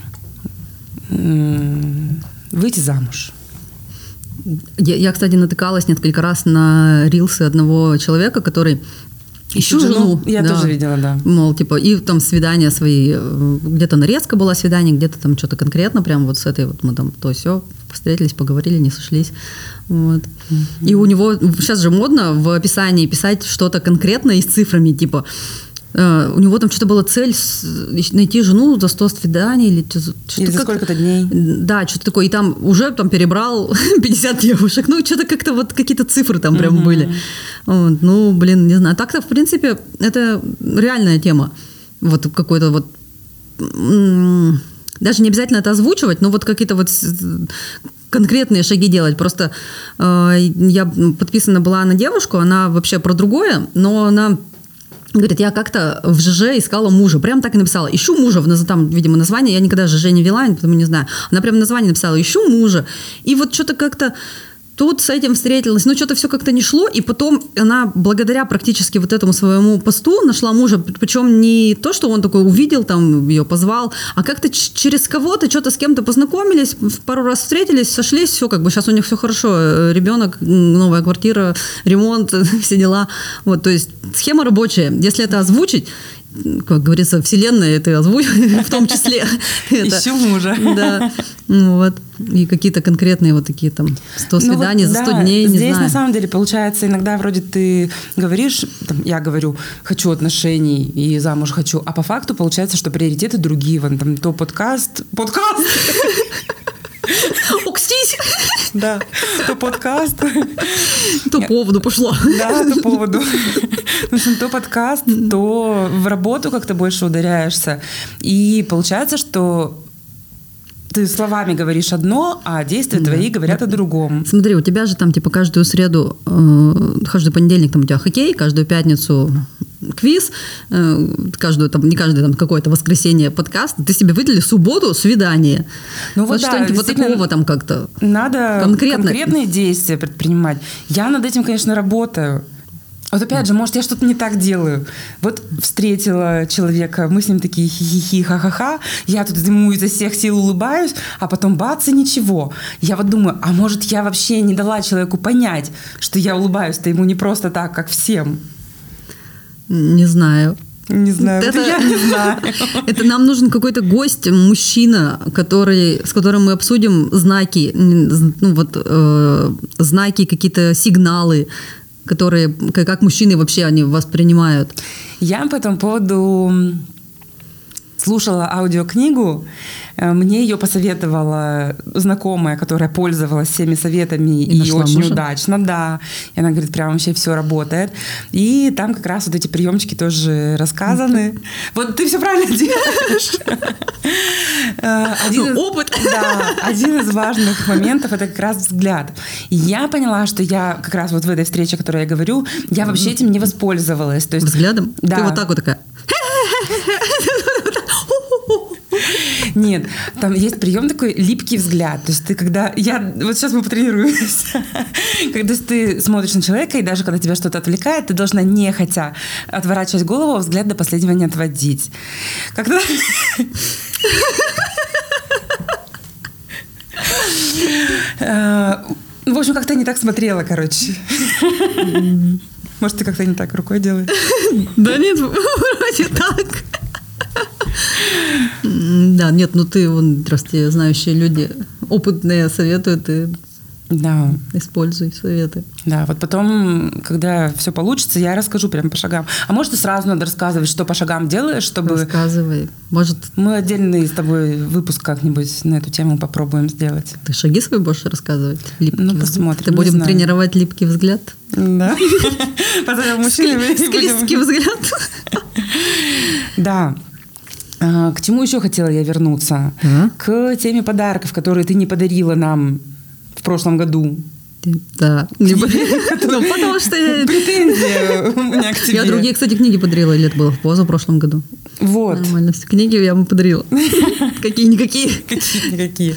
выйти замуж. Я, я, кстати, натыкалась несколько раз на рилсы одного человека, который ищу жену. жену. Я да. тоже видела, да. Мол, типа, и там свидания свои, где-то нарезка была свидание, где-то там что-то конкретно, прям вот с этой вот мы там то все встретились, поговорили, не сошлись. Вот. Mm-hmm. И у него сейчас же модно в описании писать что-то конкретное и с цифрами, типа, Uh, у него там что-то была цель найти жену за сто свиданий или, что-то или за сколько-то дней. Да, что-то такое. И там уже там перебрал пятьдесят девушек. Ну, что-то как-то вот какие-то цифры там прям uh-huh. были. Вот. Ну, блин, не знаю. Так-то, в принципе, это реальная тема. Вот какой-то вот... Даже не обязательно это озвучивать, но вот какие-то вот конкретные шаги делать. Просто э, я подписана была на девушку, она вообще про другое, но она... Говорит, я как-то в ЖЖ искала мужа. Прям так и написала. Ищу мужа. Там, видимо, название. Я никогда ЖЖ не вела, поэтому не знаю. Она прям название написала. Ищу мужа. И вот что-то как-то тут с этим встретилась. Но что-то все как-то не шло. И потом она благодаря практически вот этому своему посту нашла мужа. Причем не то, что он такой увидел, там ее позвал, а как-то ч- через кого-то, что-то с кем-то познакомились, пару раз встретились, сошлись. Все, как бы сейчас у них все хорошо. Ребенок, новая квартира, ремонт, все дела. Вот, то есть схема рабочая. Если это озвучить, как говорится, вселенная это озвучивает, в том числе. Ищу мужа. Да. Вот. И какие-то конкретные вот такие там сто свиданий ну, вот, за сто да, дней, не здесь знаю. На самом деле получается иногда вроде ты говоришь, там, я говорю, хочу отношений и замуж хочу, а по факту получается, что приоритеты другие. Вон там то подкаст... Подкаст! Окстись! Да, то подкаст. То поводу пошло. Да, то поводу. В общем, то подкаст, то в работу как-то больше ударяешься. И получается, что ты словами говоришь одно, а действия да. твои говорят о другом. Смотри, у тебя же там типа каждую среду, э, каждый понедельник там у тебя хоккей, каждую пятницу квиз, э, каждую там, не каждое там какое-то воскресенье подкаст. Ты себе выделили субботу свидание. Ну вот, вот да, что-нибудь вот такого там как-то. Надо конкретно. конкретные действия предпринимать. Я над этим, конечно, работаю. Вот опять же, может, я что-то не так делаю. Вот встретила человека, мы с ним такие хи-хи-хи, ха-ха-ха, я тут ему изо всех сил улыбаюсь, а потом бац, и ничего. Я вот думаю, а может, я вообще не дала человеку понять, что я улыбаюсь-то ему не просто так, как всем? Не знаю. Не знаю, это, это я не знаю. Это нам нужен какой-то гость, мужчина, который, с которым мы обсудим знаки, ну вот э, знаки, какие-то сигналы, которые, как мужчины вообще они воспринимают. Я по этому поводу слушала аудиокнигу. Мне ее посоветовала знакомая, которая пользовалась всеми советами и, и очень мужа? удачно, да. И она говорит, прям вообще все работает. И там как раз вот эти приемчики тоже рассказаны. Mm-hmm. Вот ты все правильно делаешь. Один из, опыт. Да, один из важных моментов — это как раз взгляд. И я поняла, что я как раз вот в этой встрече, о которой я говорю, я вообще этим не воспользовалась. То есть, взглядом? Да. Ты вот так вот такая... Нет, там есть прием такой липкий взгляд. То есть ты когда... Я... Вот сейчас мы потренируемся. Когда ты смотришь на человека, и даже когда тебя что-то отвлекает, ты должна нехотя отворачивать голову, а взгляд до последнего не отводить. Когда... В общем, как-то не так смотрела, короче. Может, ты как-то не так рукой делаешь? Да нет, вроде так. Да, нет, ну ты, вон, просто знающие люди, опытные советуют, и да. Используй советы. Да, вот потом, когда все получится, я расскажу прям по шагам. А может, и сразу надо рассказывать, что по шагам делаешь, чтобы... Рассказывай. Может... Мы отдельный с тобой выпуск как-нибудь на эту тему попробуем сделать. Ты шаги свои будешь рассказывать? Липкий ну, взгляд. посмотрим. Ты будем тренировать липкий взгляд? Да. Позовем мужчину. Склизкий взгляд. Да. К чему еще хотела я вернуться? К теме подарков, которые ты не подарила нам в прошлом году. Да. Ну, потому что я... Претензия у меня к тебе. Я другие, кстати, книги подарила, или это было в позапрошлом году. Вот. Нормально. Все книги я вам подарила. Какие-никакие. Какие-никакие.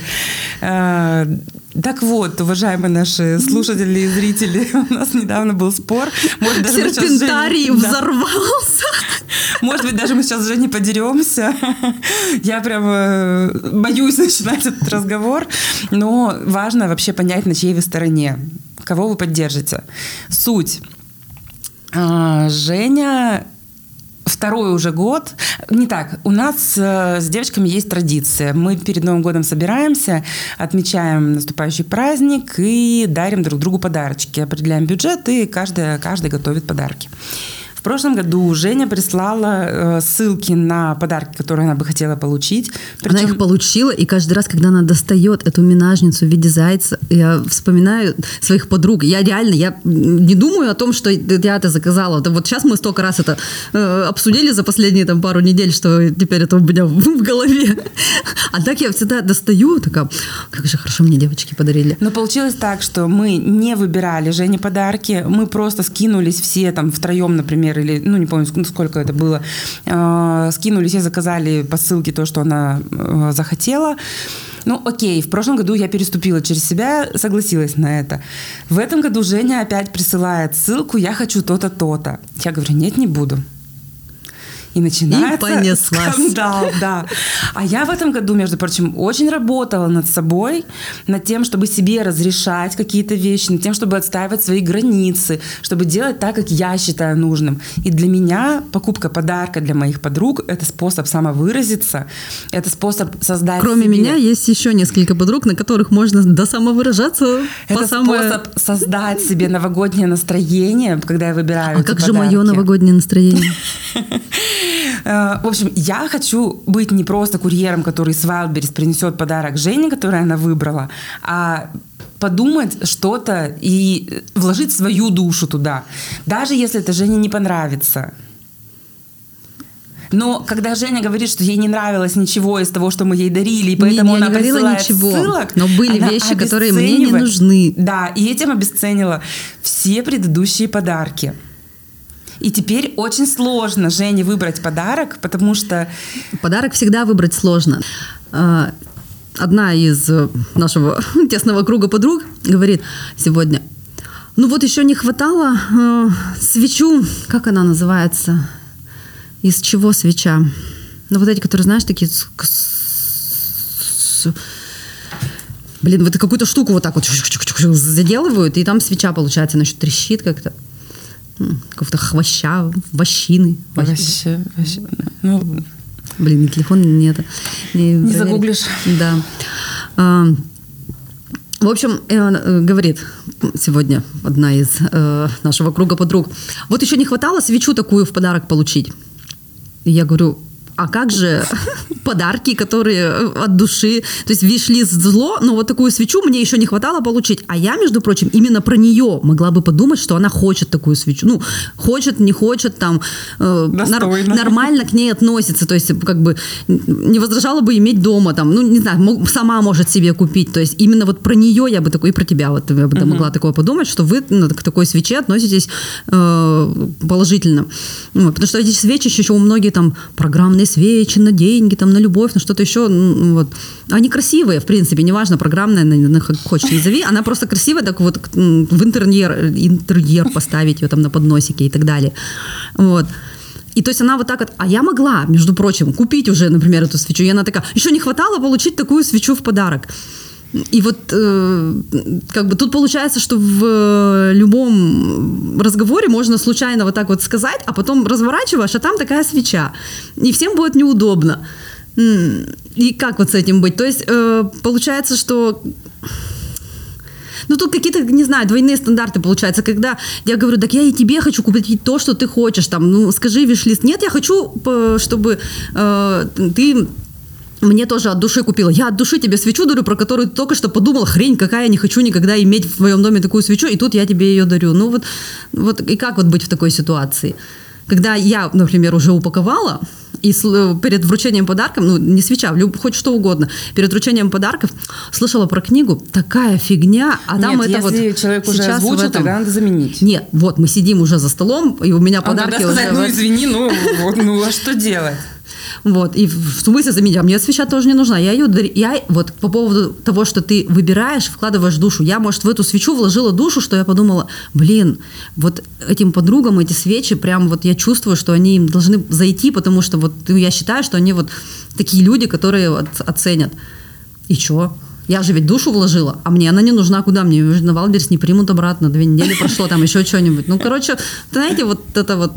Так вот, уважаемые наши слушатели и зрители, у нас недавно был спор. Может, даже серпентарий Женей... взорвался. Может быть, даже мы сейчас уже не подеремся. Я прям боюсь начинать этот разговор. Но важно вообще понять, на чьей вы стороне, кого вы поддержите. Суть. Женя... Второй уже год. Не так. У нас с девочками есть традиция. Мы перед Новым годом собираемся, отмечаем наступающий праздник и дарим друг другу подарочки. Определяем бюджет, и каждый, каждый готовит подарки. В прошлом году Женя прислала ссылки на подарки, которые она бы хотела получить. Причем... Она их получила, и каждый раз, когда она достает эту минажницу в виде зайца, я вспоминаю своих подруг. Я реально, я не думаю о том, что я это заказала. Вот сейчас мы столько раз это э, обсудили за последние там, пару недель, что теперь это у меня в голове. А так я всегда достаю, такая, как же хорошо мне девочки подарили. Но получилось так, что мы не выбирали Жене подарки, мы просто скинулись все там втроем, например, или, ну, не помню, сколько это было, э, скинулись и заказали по ссылке то, что она э, захотела. Ну, окей, в прошлом году я переступила через себя, согласилась на это. В этом году Женя опять присылает ссылку «Я хочу то-то, то-то». Я говорю, нет, не буду. И начинается и скандал, да. А я в этом году, между прочим, очень работала над собой, над тем, чтобы себе разрешать какие-то вещи, над тем, чтобы отстаивать свои границы, чтобы делать так, как я считаю нужным. И для меня покупка подарка для моих подруг – это способ самовыразиться, это способ создать Кроме себе... меня есть еще несколько подруг, на которых можно досамовыражаться. Это самое... способ создать себе новогоднее настроение, когда я выбираю А эти как подарки. же мое новогоднее настроение? В общем, я хочу быть не просто курьером, который с Wildberries принесет подарок Жене, который она выбрала, а подумать что-то и вложить свою душу туда, даже если это Жене не понравится. Но когда Женя говорит, что ей не нравилось ничего из того, что мы ей дарили, и поэтому не, она не присылает ничего, ссылок, но были вещи, которые мне не нужны. Да, и этим обесценила все предыдущие подарки. И теперь очень сложно Жене выбрать подарок, потому что... Подарок всегда выбрать сложно. Одна из нашего тесного круга подруг говорит сегодня, ну вот еще не хватало э, свечу, как она называется, из чего свеча? Ну вот эти, которые, знаешь, такие... Блин, вот какую-то штуку вот так вот заделывают, и там свеча получается, она еще трещит как-то. Какого-то хвоща, вощины. Вообще, вообще. Ну, блин, телефон нет. Не, не загуглишь. Да. А, в общем, говорит сегодня одна из э, нашего круга подруг, вот еще не хватало свечу такую в подарок получить. И я говорю, а как же подарки, которые от души, то есть вишли зло, но вот такую свечу мне еще не хватало получить. А я, между прочим, именно про нее могла бы подумать, что она хочет такую свечу. Ну, хочет, не хочет, там, э, нар- нормально к ней относится. То есть, как бы, не возражала бы иметь дома, там, ну, не знаю, сама может себе купить. То есть, именно вот про нее я бы такой, и про тебя вот я бы uh-huh. могла такое подумать, что вы ну, к такой свече относитесь э, положительно. Вот, потому что эти свечи еще у многих там программные свечи на деньги, там, на любовь, на что-то еще. Вот. Они красивые, в принципе, неважно, программная, как хочешь назови, она просто красивая, так вот в интерьер, интерьер поставить ее там на подносике и так далее. Вот. И то есть она вот так вот, а я могла, между прочим, купить уже, например, эту свечу, и она такая, еще не хватало получить такую свечу в подарок. И вот э, как бы тут получается, что в любом разговоре можно случайно вот так вот сказать, а потом разворачиваешь, а там такая свеча. И всем будет неудобно. И как вот с этим быть? То есть э, получается, что... Ну, тут какие-то, не знаю, двойные стандарты получаются, когда я говорю, так я и тебе хочу купить то, что ты хочешь, там, ну, скажи виш-лист. Нет, я хочу, чтобы э, ты мне тоже от души купила. Я от души тебе свечу дарю, про которую ты только что подумала, хрень какая, не хочу никогда иметь в своем доме такую свечу, и тут я тебе ее дарю. Ну, вот, вот и как вот быть в такой ситуации? Когда я, например, уже упаковала, и перед вручением подарков, ну, не свеча, хоть что угодно, перед вручением подарков слышала про книгу, такая фигня, а там Нет, это если вот... человек уже озвучил, этом... тогда надо заменить. Нет, вот мы сидим уже за столом, и у меня а подарки уже... сказать, ну, извини, ну, вот, ну, а что делать? Вот, и в смысле заменить, а мне свеча тоже не нужна. Я ее дарю, я вот по поводу того, что ты выбираешь, вкладываешь душу. Я, может, в эту свечу вложила душу, что я подумала, блин, вот этим подругам эти свечи, прям вот я чувствую, что они им должны зайти, потому что вот я считаю, что они вот такие люди, которые вот оценят. И чё? Я же ведь душу вложила, а мне она не нужна. Куда мне? На Валберес не примут обратно. Две недели прошло, там еще что-нибудь. Ну, короче, знаете, вот это вот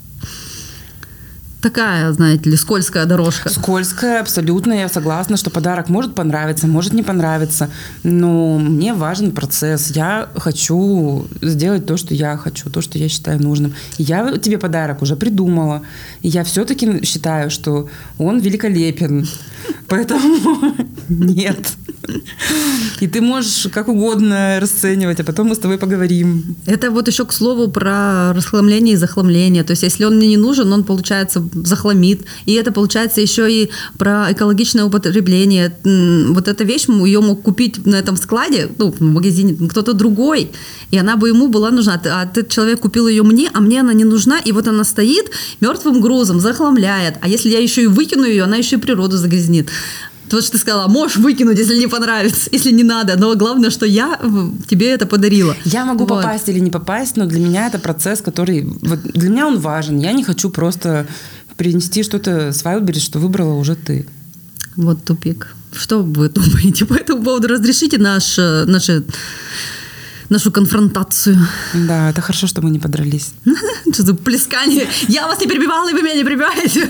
такая, знаете ли, скользкая дорожка. Скользкая, абсолютно, я согласна, что подарок может понравиться, может не понравиться, но мне важен процесс. Я хочу сделать то, что я хочу, то, что я считаю нужным. Я тебе подарок уже придумала, и я все-таки считаю, что он великолепен. Поэтому нет. И ты можешь как угодно расценивать, а потом мы с тобой поговорим. Это вот еще к слову про расхламление и захламление. То есть если он мне не нужен, он, получается, захламит. И это, получается, еще и про экологичное употребление. Вот эта вещь, ее мог купить на этом складе, ну, в магазине, кто-то другой, и она бы ему была нужна. А этот человек купил ее мне, а мне она не нужна, и вот она стоит мертвым грузом, захламляет. А если я еще и выкину ее, она еще и природу загрязнит. То, что ты сказала, можешь выкинуть, если не понравится, если не надо. Но главное, что я тебе это подарила. Я могу вот. попасть или не попасть, но для меня это процесс, который... Вот для меня он важен. Я не хочу просто принести что-то с Wildberries, что выбрала уже ты. Вот тупик. Что вы думаете по этому поводу? Разрешите наш, наши, нашу конфронтацию. Да, это хорошо, что мы не подрались. Что за плескание? Я вас не перебивала, и вы меня не перебиваете.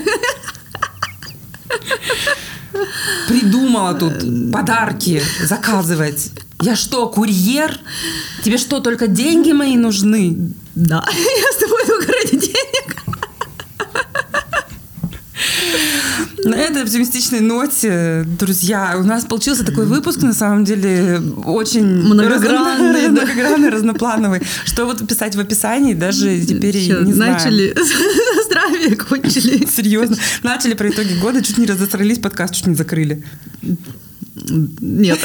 Придумала тут подарки заказывать. Я что, курьер? Тебе что, только деньги мои нужны? Да, я с тобой только ради денег. На этой оптимистичной ноте, друзья, у нас получился такой выпуск, на самом деле, очень многогранный, разно... многогранный, разноплановый. Что вот писать в описании, даже теперь Сейчас, не знаю. Начали здравие, кончили. Серьезно. Начали про итоги года, чуть не разосрались, подкаст чуть не закрыли. Нет.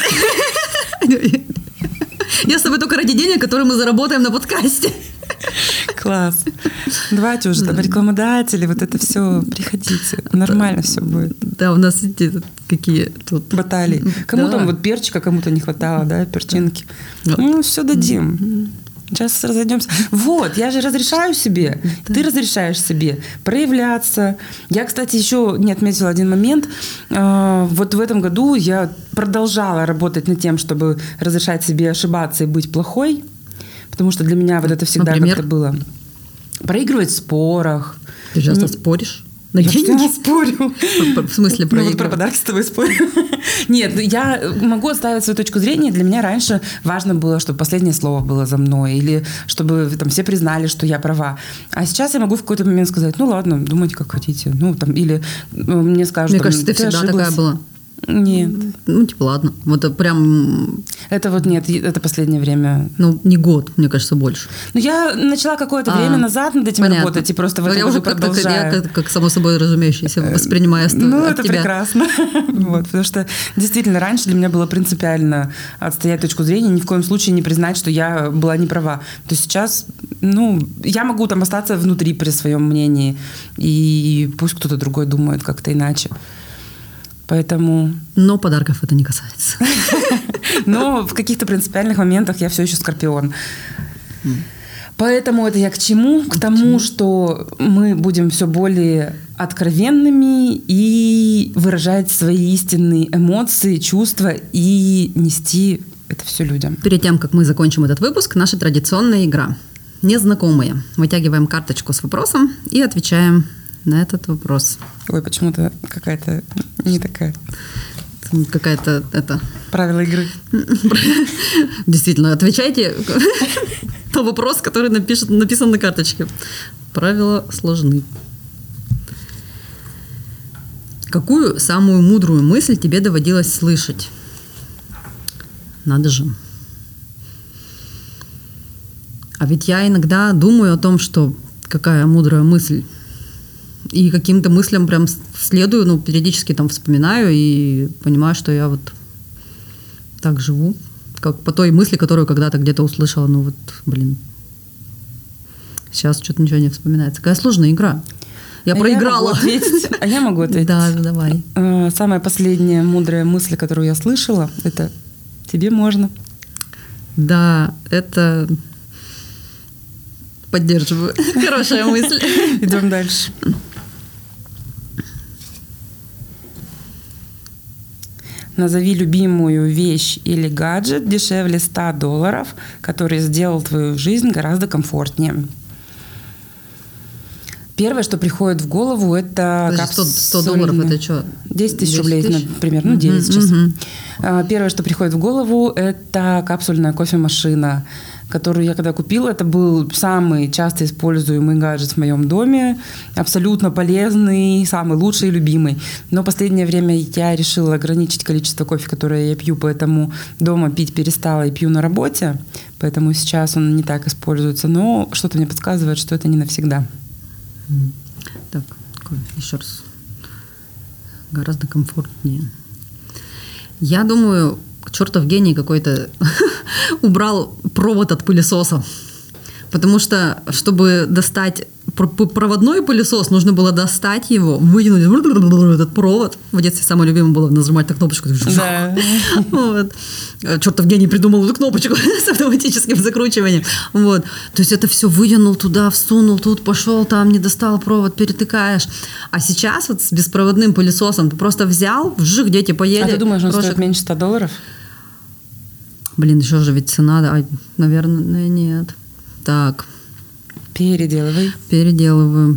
Я с тобой только ради денег, которые мы заработаем на подкасте. Класс. Давайте уже там рекламодатели, вот это все, приходите. Нормально все будет. Да, у нас эти какие тут... Баталии. Кому да. там вот перчика, кому-то не хватало, да, перчинки. Да. Ну, все дадим. Сейчас разойдемся. Вот, я же разрешаю себе, да. Ты разрешаешь себе проявляться. Я, кстати, еще не отметила один момент. Вот в этом году я продолжала работать над тем, чтобы разрешать себе ошибаться и быть плохой. Потому что для меня вот это всегда Например? как-то было. Проигрывать в спорах. Ты часто не... споришь? На я деньги спорю. В смысле проигрывать? Ну вот про подарки с тобой спорю. Нет, я могу оставить свою точку зрения. Для меня раньше важно было, чтобы последнее слово было за мной. Или чтобы там все признали, что я права. А сейчас я могу в какой-то момент сказать, ну ладно, думайте как хотите. Ну там, или мне скажут... Мне там, кажется, ты, ты всегда ошиблась. Такая была. Нет. Ну, типа, ладно. Вот это прям... Это вот нет, это последнее время. Ну, не год, мне кажется, больше. Ну, я начала какое-то а, время назад над этим понятно. работать, и просто в этом я уже продолжаю. Как, я как, как само собой разумеющееся воспринимаю от Ну, это тебя. прекрасно. Вот, потому что действительно раньше для меня было принципиально отстоять точку зрения, ни в коем случае не признать, что я была не права. То сейчас, ну, я могу там остаться внутри при своем мнении, и пусть кто-то другой думает как-то иначе. Поэтому... Но подарков это не касается. Но в каких-то принципиальных моментах я все еще скорпион. Поэтому это я к чему? К тому, что мы будем все более откровенными и выражать свои истинные эмоции, чувства и нести это все людям. Перед тем, как мы закончим этот выпуск, наша традиционная игра. Незнакомые. Вытягиваем карточку с вопросом и отвечаем на этот вопрос. Ой, почему-то какая-то не такая. Какая-то это... Правила игры. Действительно, отвечайте на вопрос, который напишет, написан на карточке. Правила сложны. Какую самую мудрую мысль тебе доводилось слышать? Надо же. А ведь я иногда думаю о том, что какая мудрая мысль. И каким-то мыслям прям следую, ну, периодически там вспоминаю и понимаю, что я вот так живу, как по той мысли, которую когда-то где-то услышала. Ну вот, блин, сейчас что-то ничего не вспоминается. Какая сложная игра. Я а проиграла. Я могу ответить. А я могу ответить. Да, давай. Самая последняя мудрая мысль, которую я слышала, это «тебе можно». Да, это... Поддерживаю. Хорошая мысль. Идем дальше. Назови любимую вещь или гаджет дешевле ста долларов, который сделал твою жизнь гораздо комфортнее. Первое, что приходит в голову, это... сто, сто долларов это что? десять тысяч рублей, например. Ну, девять сейчас. Uh-huh. Первое, что приходит в голову, это капсульная кофемашина, которую я когда купила. Это был самый часто используемый гаджет в моем доме. Абсолютно полезный, самый лучший и любимый. Но в последнее время я решила ограничить количество кофе, которое я пью, поэтому дома пить перестала и пью на работе. Поэтому сейчас он не так используется. Но что-то мне подсказывает, что это не навсегда. Так, еще раз. Гораздо комфортнее. Я думаю, чертов гений какой-то убрал провод от пылесоса. Потому что, чтобы достать проводной пылесос, нужно было достать его, вытянуть этот провод. В детстве самое любимое было нажимать на кнопочку. Да. Вот. Чертов гений придумал эту кнопочку с автоматическим закручиванием. Вот. То есть это все вытянул туда, всунул, тут пошел, там не достал провод, перетыкаешь. А сейчас вот с беспроводным пылесосом ты просто взял, вжик, дети поели. А ты думаешь, он крошек... стоит меньше ста долларов? Блин, еще же ведь цена, а, наверное, нет. Так. Переделывай. Переделываю.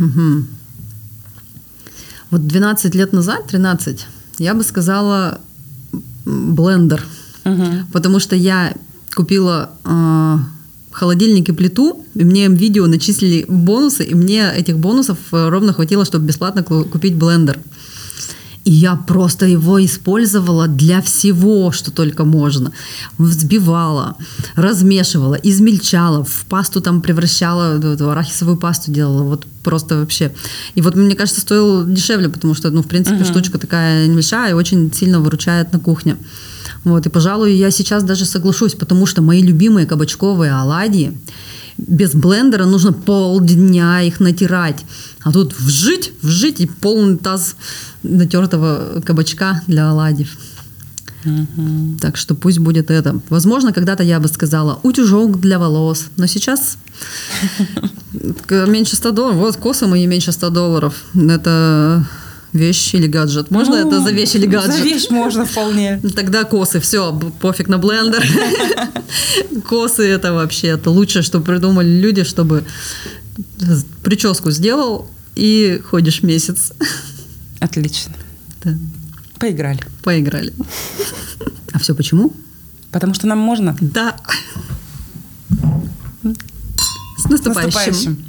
Вот двенадцать лет назад, тринадцать, я бы сказала блендер. Угу. Потому что я купила э, холодильник и плиту, и мне видео начислили бонусы, и мне этих бонусов ровно хватило, чтобы бесплатно купить блендер. И я просто его использовала для всего, что только можно. Взбивала, размешивала, измельчала, в пасту там превращала, арахисовую пасту делала. Вот просто вообще. И вот, мне кажется, стоило дешевле, потому что, ну, в принципе, uh-huh. штучка такая небольшая и очень сильно выручает на кухне. Вот. И, пожалуй, я сейчас даже соглашусь, потому что мои любимые кабачковые оладьи, без блендера нужно полдня их натирать. А тут вжить, вжить и полный таз натертого кабачка для оладьев. Mm-hmm. Так что пусть будет это. Возможно, когда-то я бы сказала утюжок для волос. Но сейчас меньше ста долларов. Вот косы мои меньше ста долларов. Это вещь или гаджет? Можно ну, это за вещь или гаджет? За вещь можно вполне. Тогда косы. Все, пофиг на блендер. Косы это вообще это лучшее, что придумали люди, чтобы прическу сделал и ходишь месяц. Отлично. Да. Поиграли. Поиграли. А все почему? Потому что нам можно. Да. С наступающим. С наступающим.